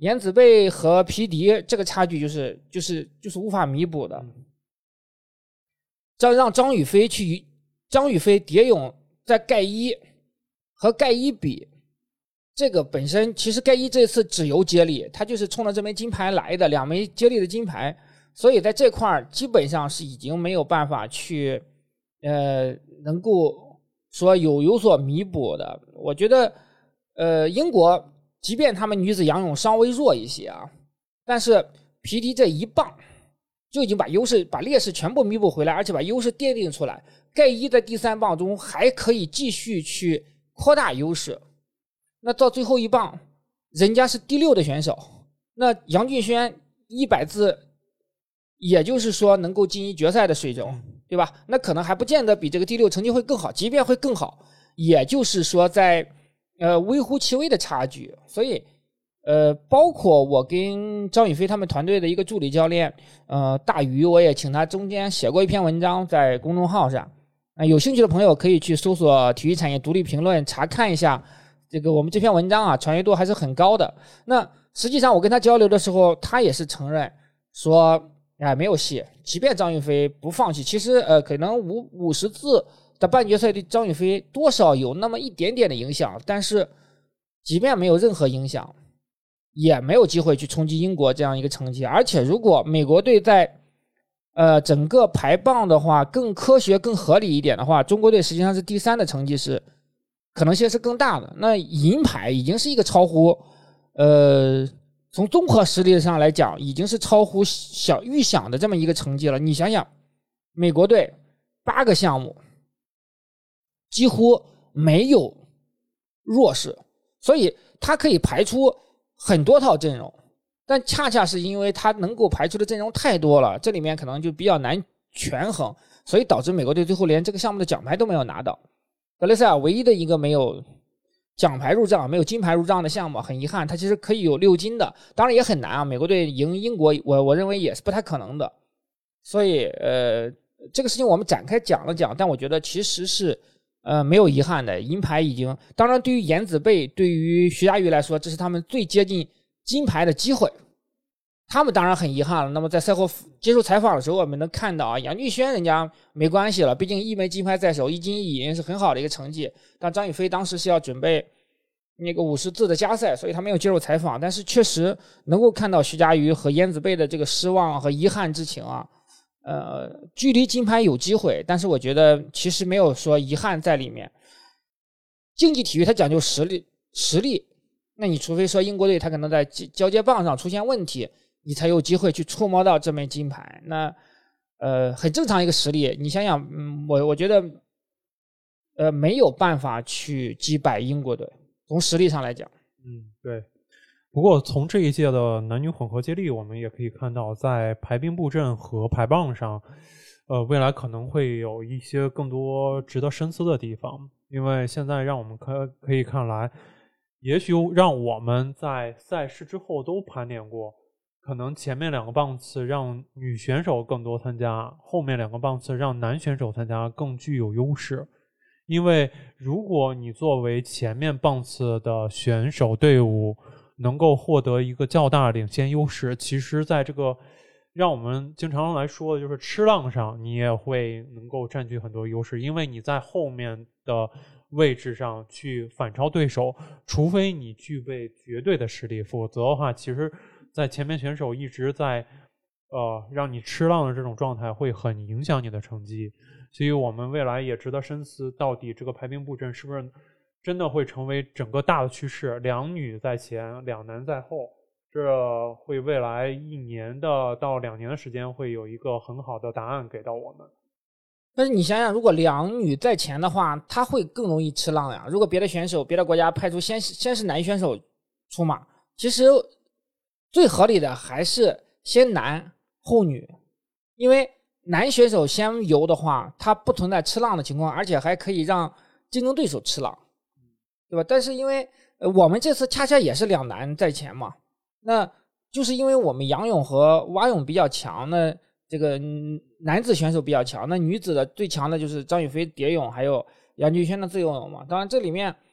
S2: 颜子贝和皮迪这个差距就是就是就是无法弥补的。这让张雨霏去张雨霏蝶泳在盖伊和盖伊比，这个本身其实盖伊这次只游接力，他就是冲着这枚金牌来的，两枚接力的金牌，所以在这块基本上是已经没有办法去呃能够说有有所弥补的。我觉得呃英国即便他们女子仰泳稍微弱一些啊，但是皮迪这一棒就已经把优势把劣势全部弥补回来，而且把优势奠定出来。盖伊在第三棒中还可以继续去扩大优势，那到最后一棒人家是第六的选手，那杨俊轩一百字也就是说能够进一决赛的水准，对吧？那可能还不见得比这个第六成绩会更好，即便会更好也就是说在呃微乎其微的差距。所以呃包括我跟张雨霏他们团队的一个助理教练呃大鱼，我也请他中间写过一篇文章在公众号上，呃、有兴趣的朋友可以去搜索体育产业独立评论查看一下这个我们这篇文章啊，传阅度还是很高的。那实际上我跟他交流的时候，他也是承认说哎没有戏，即便张雨霏不放弃，其实呃可能五五十字的半决赛对张雨霏多少有那么一点点的影响，但是即便没有任何影响也没有机会去冲击英国这样一个成绩。而且如果美国队在呃整个排棒的话更科学更合理一点的话，中国队实际上是第三的成绩是可能性是更大的。那银牌已经是一个超乎呃从综合实力上来讲已经是超乎想预想的这么一个成绩了。你想想美国队八个项目几乎没有弱势，所以他可以排出很多套阵容，但恰恰是因为他能够排出的阵容太多了，这里面可能就比较难权衡，所以导致美国队最后连这个项目的奖牌都没有拿到。德雷塞尔唯一的一个没有奖牌入账没有金牌入账的项目，很遗憾他其实可以有六金的，当然也很难啊，美国队赢英国我我认为也是不太可能的。所以呃这个事情我们展开讲了讲，但我觉得其实是呃，没有遗憾的，银牌已经，当然对于颜子贝对于徐嘉余来说这是他们最接近金牌的机会，他们当然很遗憾了。那么在赛后接受采访的时候我们能看到啊，杨俊轩人家没关系了，毕竟一枚金牌在手，一金一银是很好的一个成绩，但张雨霏当时是要准备那个五十字的加赛，所以他没有接受采访，但是确实能够看到徐嘉余和颜子贝的这个失望和遗憾之情啊。呃，距离金牌有机会，但是我觉得其实没有说遗憾在里面。竞技体育它讲究实力，实力，那你除非说英国队他可能在交接棒上出现问题，你才有机会去触摸到这枚金牌。那呃，很正常一个实力，你想想，嗯，我我觉得呃没有办法去击败英国队，从实力上来讲。
S3: 嗯，对。不过从这一届的男女混合接力我们也可以看到，在排兵布阵和排棒上呃，未来可能会有一些更多值得深思的地方。因为现在让我们可可以看来，也许让我们在赛事之后都盘点过，可能前面两个棒次让女选手更多参加，后面两个棒次让男选手参加更具有优势。因为如果你作为前面棒次的选手队伍能够获得一个较大的领先优势，其实在这个让我们经常来说的就是吃浪上，你也会能够占据很多优势，因为你在后面的位置上去反超对手，除非你具备绝对的实力，否则的话其实在前面选手一直在呃让你吃浪的这种状态会很影响你的成绩。所以我们未来也值得深思，到底这个排兵布阵是不是真的会成为整个大的趋势，两女在前两男在后，这会未来一年的到两年的时间会有一个很好的答案给到我们。
S2: 但是你想想，如果两女在前的话，他会更容易吃浪呀。如果别的选手别的国家派出先先是男选手出马，其实最合理的还是先男后女，因为男选手先游的话他不存在吃浪的情况，而且还可以让竞争对手吃浪，对吧？但是因为我们这次恰恰也是两男在前嘛，那就是因为我们仰泳和蛙泳比较强，那这个男子选手比较强，那女子的最强的就是张雨霏蝶泳还有杨俊轩的自由泳嘛。当然这里面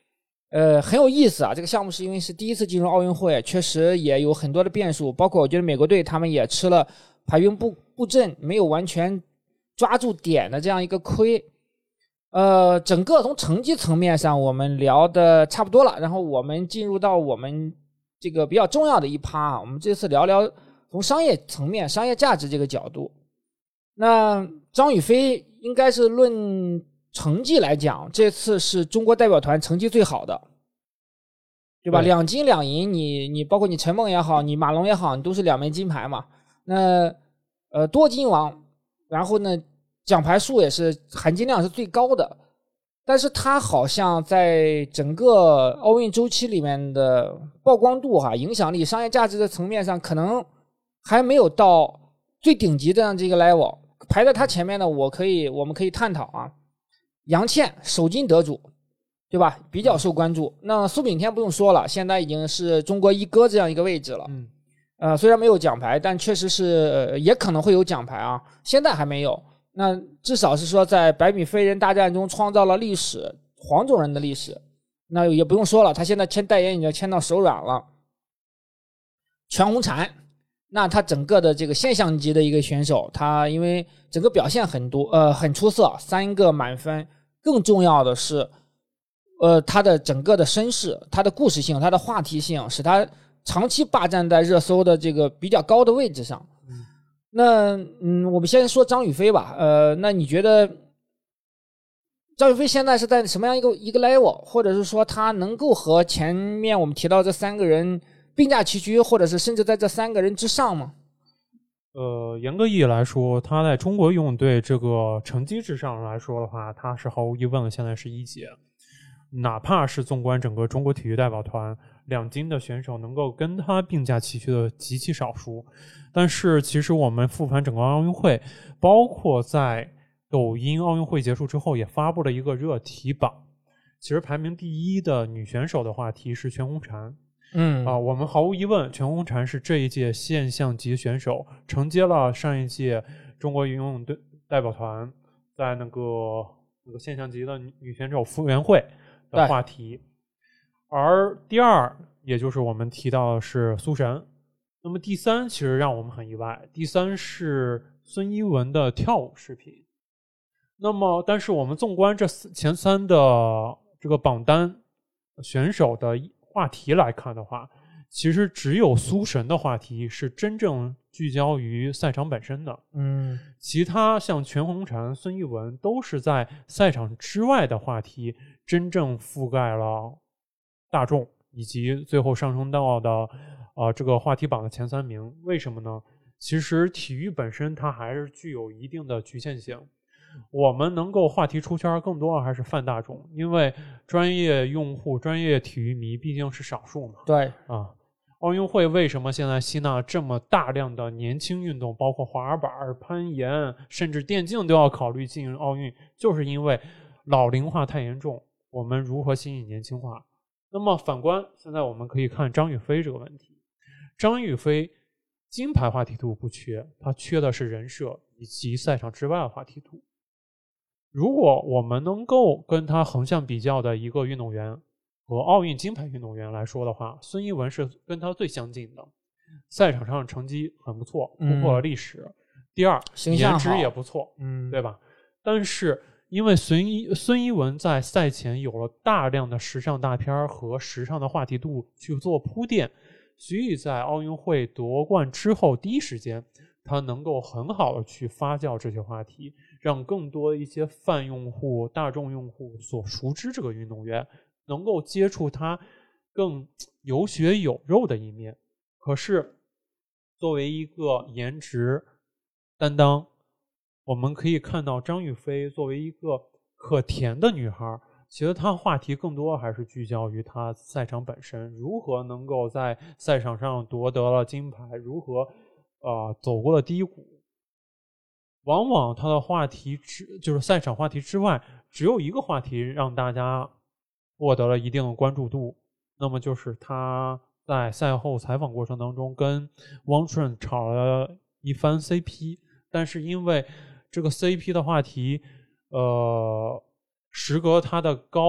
S2: 呃，很有意思啊。这个项目是因为是第一次进入奥运会，确实也有很多的变数，包括我觉得美国队他们也吃了排兵布布阵没有完全抓住点的这样一个亏。呃，整个从成绩层面上我们聊的差不多了，然后我们进入到我们这个比较重要的一趴啊，我们这次聊聊从商业层面、商业价值这个角度。那张雨霏应该是论成绩来讲，这次是中国代表团成绩最好的，对吧？对，两金两银，你你包括你陈梦也好，你马龙也好，你都是两枚金牌嘛。那呃多金王，然后呢奖牌数也是含金量是最高的，但是它好像在整个奥运周期里面的曝光度哈、影响力、商业价值的层面上，可能还没有到最顶级的这个 level。排在它前面的，我可以我们可以探讨啊。杨倩首金得主，对吧？比较受关注。那苏炳添不用说了，现在已经是中国一哥这样一个位置了。嗯，呃，虽然没有奖牌，但确实是、呃、也可能会有奖牌啊。现在还没有，那至少是说在百米飞人大战中创造了历史，黄种人的历史。那也不用说了，他现在签代言已经签到手软了。全红婵，那他整个的这个现象级的一个选手，他因为整个表现很多，呃，很出色，三个满分。更重要的是，呃，他的整个的身世、他的故事性、他的话题性，使他长期霸占在热搜的这个比较高的位置上。嗯、那嗯，我们先说张雨霏吧。呃，那你觉得张雨霏现在是在什么样一个一个 level， 或者是说他能够和前面我们提到这三个人并驾齐驱，或者是甚至在这三个人之上吗？
S3: 呃，严格意义来说，他在中国游泳队这个成绩之上来说的话，他是毫无疑问的现在是一姐。哪怕是纵观整个中国体育代表团，两金的选手能够跟他并驾齐驱的极其少数。但是其实我们复盘整个奥运会，包括在抖音奥运会结束之后也发布了一个热题榜，其实排名第一的女选手的话题是全红婵。嗯啊，我们毫无疑问，全红婵是这一届现象级选手，承接了上一届中国游泳队代表团在那个那个现象级的女选手复员会的话题。而第二，也就是我们提到的是苏神。那么第三，其实让我们很意外，第三是孙一文的跳舞视频。那么，但是我们纵观这前三的这个榜单选手的话题来看的话，其实只有苏神的话题是真正聚焦于赛场本身的。嗯，其他像全红婵、孙一文都是在赛场之外的话题真正覆盖了大众，以及最后上升到的呃这个话题榜的前三名。为什么呢？其实体育本身它还是具有一定的局限性。我们能够话题出圈更多的还是泛大众，因为专业用户、专业体育迷毕竟是少数嘛。
S2: 对
S3: 啊，奥运会为什么现在吸纳这么大量的年轻运动，包括滑板、攀岩，甚至电竞都要考虑进入奥运，就是因为老龄化太严重，我们如何吸引年轻化？那么反观现在我们可以看张雨霏这个问题，张雨霏金牌话题度不缺，她缺的是人设以及赛场之外的话题度。如果我们能够跟他横向比较的一个运动员和奥运金牌运动员来说的话，孙一文是跟他最相近的，赛场上成绩很不错，突破了历史。嗯、第二，颜值也不错，嗯，对吧？但是因为孙一孙一文在赛前有了大量的时尚大片和时尚的话题度去做铺垫，所以在奥运会夺冠之后第一时间，他能够很好的去发酵这些话题，让更多的一些泛用户、大众用户所熟知这个运动员，能够接触他更有血有肉的一面。可是作为一个颜值担当，我们可以看到张雨霏作为一个可甜的女孩，其实她话题更多还是聚焦于她赛场本身，如何能够在赛场上夺得了金牌，如何呃走过了低谷。往往他的话题之就是赛场话题之外，只有一个话题让大家获得了一定的关注度，那么就是他在赛后采访过程当中跟汪顺炒了一番 C P， 但是因为这个 C P 的话题呃时隔他的高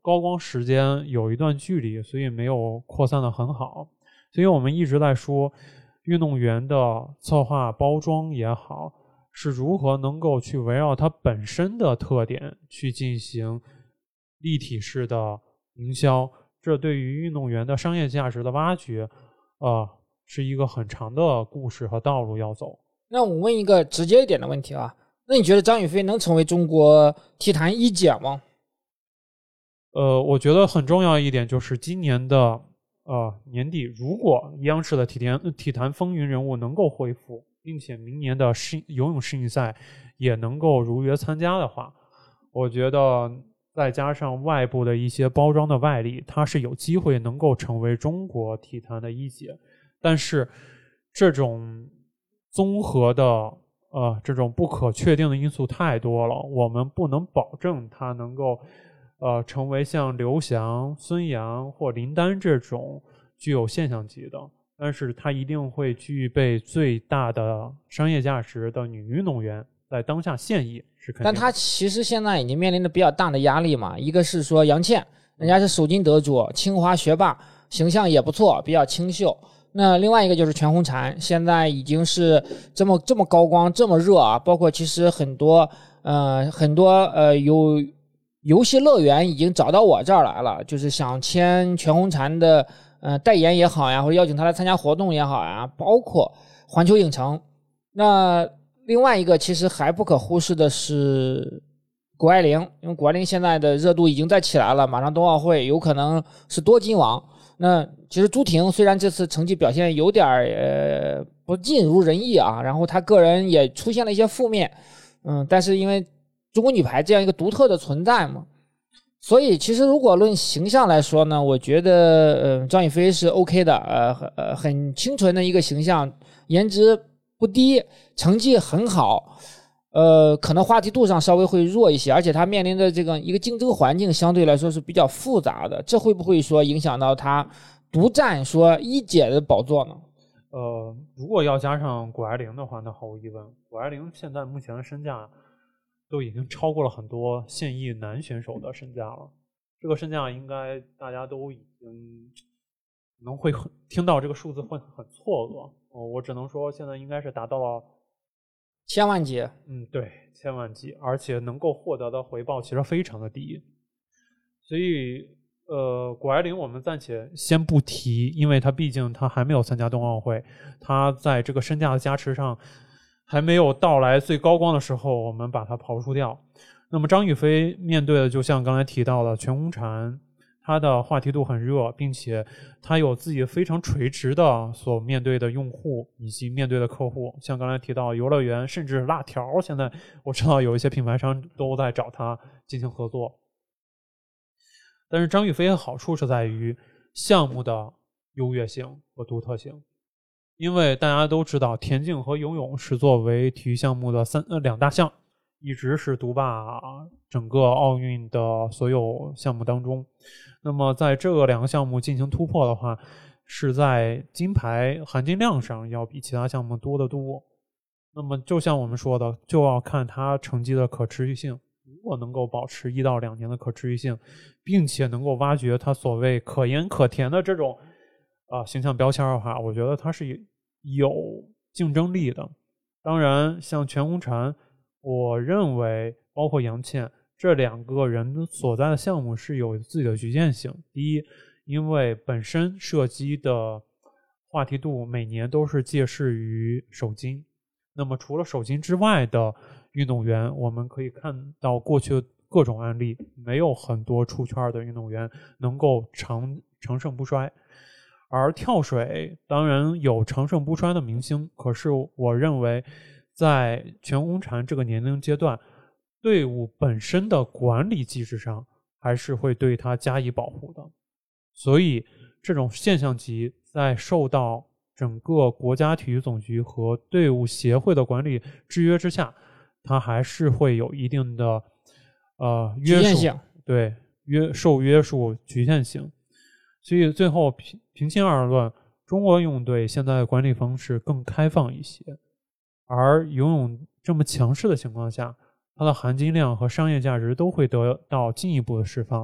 S3: 高光时间有一段距离，所以没有扩散的很好。所以我们一直在说运动员的策划包装也好，是如何能够去围绕它本身的特点去进行立体式的营销，这对于运动员的商业价值的挖掘呃，是一个很长的故事和道路要走。
S2: 那我问一个直接一点的问题啊，那你觉得张雨霏能成为中国体坛一姐吗？
S3: 呃，我觉得很重要一点就是今年的呃年底，如果央视的体坛体坛风云人物能够恢复，并且明年的世游泳世锦赛也能够如约参加的话，我觉得再加上外部的一些包装的外力，它是有机会能够成为中国体坛的一姐。但是这种综合的呃这种不可确定的因素太多了，我们不能保证它能够呃成为像刘翔、孙杨或林丹这种具有现象级的，但是它一定会具备最大的商业价值的女运动员，在当下现役是肯定的。
S2: 但她其实现在已经面临着比较大的压力嘛，一个是说杨倩，人家是首金得主，清华学霸，形象也不错，比较清秀。那另外一个就是全红婵，现在已经是这么这么高光，这么热啊！包括其实很多呃很多呃有游戏乐园已经找到我这儿来了，就是想签全红婵的呃代言也好呀，或者邀请他来参加活动也好呀，包括环球影城。那另外一个其实还不可忽视的是谷爱凌，因为谷爱凌现在的热度已经在起来了，马上冬奥会有可能是多金王。那其实朱婷虽然这次成绩表现有点呃不尽如人意啊，然后她个人也出现了一些负面，嗯，但是因为中国女排这样一个独特的存在嘛，所以其实如果论形象来说呢，我觉得呃张雨霏是 OK 的，呃呃很清纯的一个形象，颜值不低，成绩很好。呃，可能话题度上稍微会弱一些，而且他面临的这个一个竞争环境相对来说是比较复杂的，这会不会说影响到他独占说一姐的宝座呢？
S3: 呃，如果要加上谷爱凌的话，那毫无疑问，谷爱凌现在目前的身价都已经超过了很多现役男选手的身价了。这个身价应该大家都已经可能会很听到这个数字会很错愕，哦，我只能说现在应该是达到了
S2: 千万级。
S3: 嗯，对，千万级，而且能够获得的回报其实非常的低。所以呃，谷爱凌我们暂且先不提，因为她毕竟她还没有参加冬奥会，她在这个身价的加持上还没有到来最高光的时候，我们把它刨除掉。那么张雨霏面对的就像刚才提到的全红婵，她的话题度很热，并且她有自己非常垂直的所面对的用户以及面对的客户，像刚才提到游乐园，甚至辣条，现在我知道有一些品牌商都在找她进行合作。但是张雨霏的好处是在于项目的优越性和独特性，因为大家都知道田径和游泳是作为体育项目的三呃两大项，一直是独霸整个奥运的所有项目当中。那么在这两个项目进行突破的话，是在金牌含金量上要比其他项目多得多。那么就像我们说的，就要看它成绩的可持续性，如果能够保持一到两年的可持续性，并且能够挖掘它所谓可盐可甜的这种啊、呃、形象标签的话，我觉得它是有竞争力的。当然像全红婵，我认为包括杨倩这两个人所在的项目是有自己的局限性。第一，因为本身射击的话题度每年都是借势于首金，那么除了首金之外的运动员，我们可以看到过去的各种案例，没有很多出圈的运动员能够长长盛不衰。而跳水当然有长盛不衰的明星，可是我认为在全红婵这个年龄阶段，队伍本身的管理机制上还是会对他加以保护的。所以这种现象级在受到整个国家体育总局和队伍协会的管理制约之下，它还是会有一定的呃约束性，对，约受约束局限性。所以最后平平心而论，中国游泳队现在的管理方式更开放一些，而游泳这么强势的情况下，它的含金量和商业价值都会得到进一步的释放。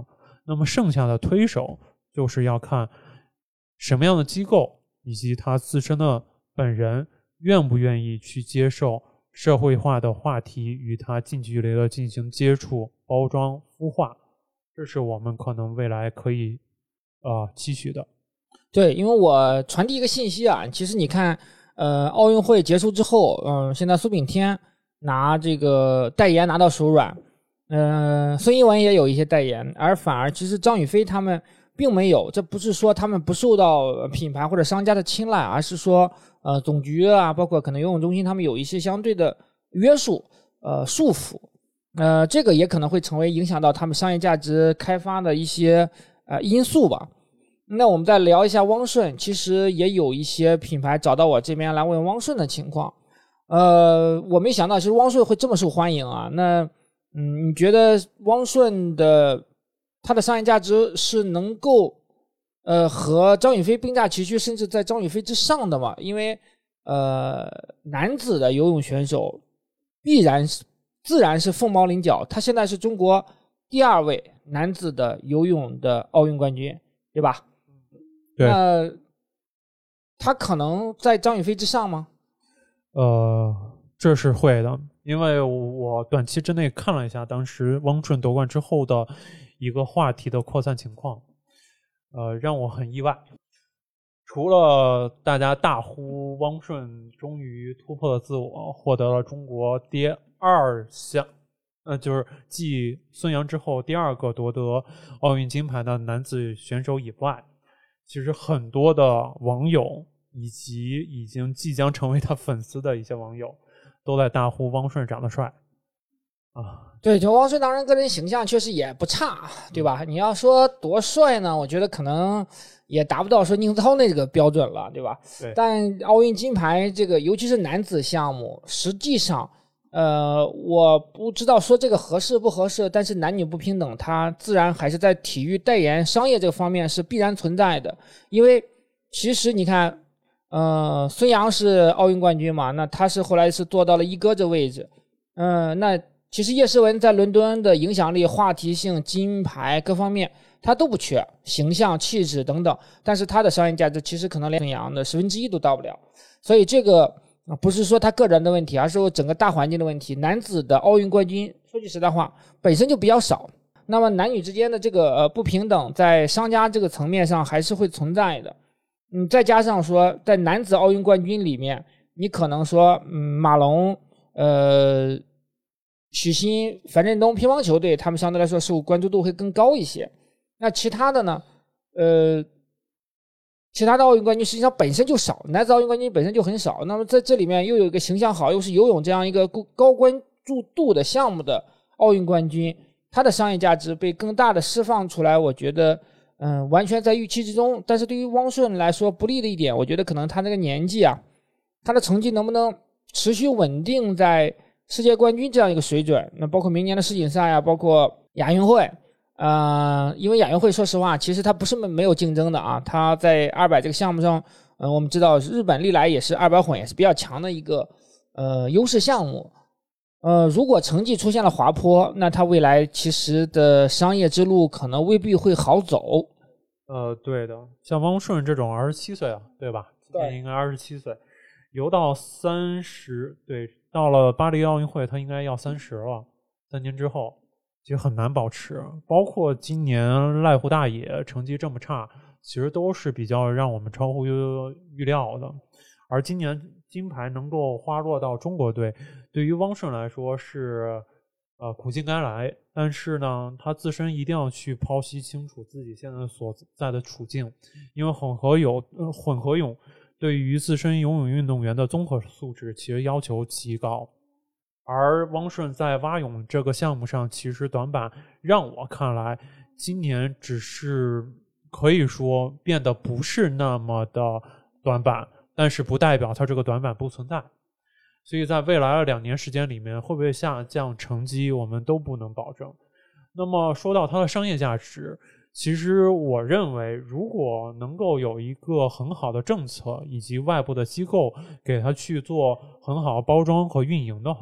S3: 那么剩下的推手就是要看什么样的机构以及他自身的本人愿不愿意去接受社会化的话题，与他近距离的进行接触、包装、孵化，这是我们可能未来可以呃期许的。
S2: 对，因为我传递一个信息啊，其实你看，呃，奥运会结束之后，嗯、呃，现在苏炳添拿这个代言拿到手软，嗯、呃，孙一文也有一些代言，而反而其实张雨霏他们并没有，这不是说他们不受到品牌或者商家的青睐，而是说，呃，总局啊，包括可能游泳中心，他们有一些相对的约束，呃，束缚，呃，这个也可能会成为影响到他们商业价值开发的一些呃因素吧。那我们再聊一下汪顺，其实也有一些品牌找到我这边来问汪顺的情况。呃，我没想到其实汪顺会这么受欢迎啊。那嗯，你觉得汪顺的它的商业价值是能够呃和张雨霏并驾齐驱，甚至在张雨霏之上的吗？因为呃男子的游泳选手必然是自然是凤毛麟角，他现在是中国第二位男子的游泳的奥运冠军，对吧？
S3: 对，
S2: 那他可能在张雨霏之上吗？
S3: 呃，这是会的，因为我短期之内看了一下当时汪顺夺冠之后的一个话题的扩散情况，呃，让我很意外。除了大家大呼汪顺终于突破了自我，获得了中国第二项，呃，就是继孙杨之后第二个夺得奥运金牌的男子选手以外，其实很多的网友以及已经即将成为他粉丝的一些网友都在大呼汪顺长得帅啊。
S2: 对，就汪顺当然个人形象确实也不差，对吧？你要说多帅呢，我觉得可能也达不到说宁泽涛那个标准了，对吧？
S3: 对。
S2: 但奥运金牌这个，尤其是男子项目，实际上呃，我不知道说这个合适不合适，但是男女不平等，它自然还是在体育代言商业这个方面是必然存在的。因为其实你看，呃，孙杨是奥运冠军嘛，那他是后来是做到了一哥这位置，嗯、呃，那其实叶诗文在伦敦的影响力、话题性、金牌各方面他都不缺，形象、气质等等，但是他的商业价值其实可能连孙杨的十分之一都到不了，所以这个。不是说他个人的问题，而是整个大环境的问题。男子的奥运冠军，说句实在话，本身就比较少。那么男女之间的这个呃不平等，在商家这个层面上还是会存在的。嗯，再加上说，在男子奥运冠军里面，你可能说，嗯，马龙、呃、许昕、樊振东乒乓球队，他们相对来说受关注度会更高一些。那其他的呢，呃。其他的奥运冠军实际上本身就少，男子奥运冠军本身就很少。那么在这里面又有一个形象好，又是游泳这样一个高关注度的项目的奥运冠军，它的商业价值被更大的释放出来，我觉得，嗯，完全在预期之中。但是对于汪顺来说不利的一点，我觉得可能他那个年纪啊，他的成绩能不能持续稳定在世界冠军这样一个水准？那包括明年的世锦赛啊，包括亚运会。呃，因为亚运会说实话，其实它不是没有竞争的啊。它在二百这个项目上，呃，我们知道日本历来也是二百混也是比较强的一个呃优势项目。呃，如果成绩出现了滑坡，那它未来其实的商业之路可能未必会好走。
S3: 呃，对的，像汪顺这种二十七岁啊，对吧？今年应该二十七岁，游到三十，对，到了巴黎奥运会，他应该要三十了，三年之后。其实很难保持，包括今年濑户大也成绩这么差，其实都是比较让我们超乎预料的。而今年金牌能够花落到中国队，对于汪顺来说是呃苦尽甘来，但是呢，他自身一定要去剖析清楚自己现在所在的处境，因为混合泳、呃、混合泳对于自身游泳运动员的综合素质其实要求极高。而汪顺在蛙泳这个项目上，其实短板让我看来，今年只是可以说变得不是那么的短板，但是不代表它这个短板不存在。所以在未来的两年时间里面，会不会下降成绩，我们都不能保证。那么说到它的商业价值，其实我认为，如果能够有一个很好的政策以及外部的机构给它去做很好包装和运营的话，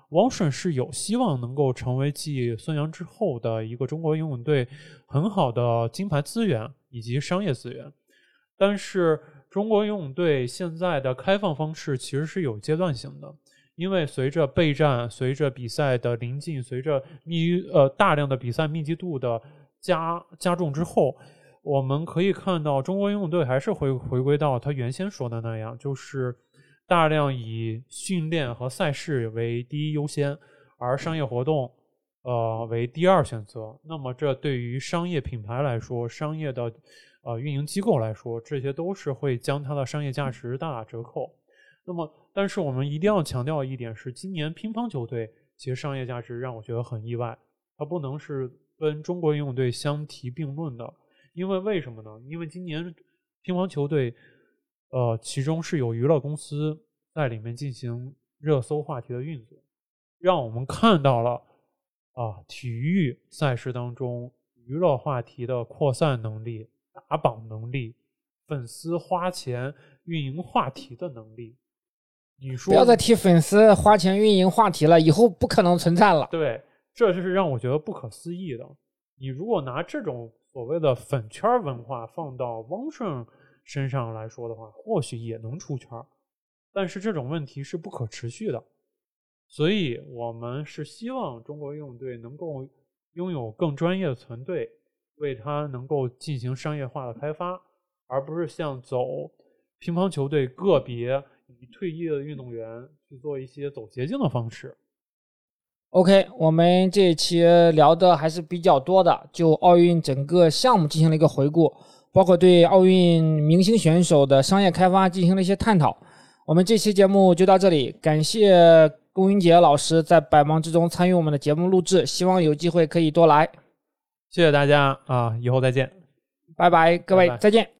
S3: 汪顺是有希望能够成为继孙杨之后的一个中国游泳队很好的金牌资源以及商业资源。但是中国游泳队现在的开放方式其实是有阶段性的，因为随着备战，随着比赛的临近，随着密呃大量的比赛密集度的加加重之后，我们可以看到中国游泳队还是会回归到他原先说的那样，就是大量以训练和赛事为第一优先，而商业活动呃为第二选择。那么这对于商业品牌来说，商业的呃运营机构来说，这些都是会将它的商业价值大打折扣。那么但是我们一定要强调一点是，今年乒乓球队其实商业价值让我觉得很意外，它不能是跟中国游泳队相提并论的。因为为什么呢？因为今年乒乓球队呃，其中是有娱乐公司在里面进行热搜话题的运作，让我们看到了啊，体育赛事当中娱乐话题的扩散能力、打榜能力、粉丝花钱运营话题的能力。你说
S2: 不要再提粉丝花钱运营话题了，以后不可能存在了。
S3: 对，这就是让我觉得不可思议的。你如果拿这种所谓的粉圈文化放到汪顺身上来说的话，或许也能出圈，但是这种问题是不可持续的。所以我们是希望中国游泳队能够拥有更专业的团队，为它能够进行商业化的开发，而不是像走乒乓球队个别以退役的运动员去做一些走捷径的方式。
S2: OK， 我们这一期聊的还是比较多的，就奥运整个项目进行了一个回顾，包括对奥运明星选手的商业开发进行了一些探讨。我们这期节目就到这里，感谢龚云杰老师在百忙之中参与我们的节目录制，希望有机会可以多来。
S3: 谢谢大家啊，以后再见，
S2: 拜拜，各位，
S3: 拜拜
S2: 再见。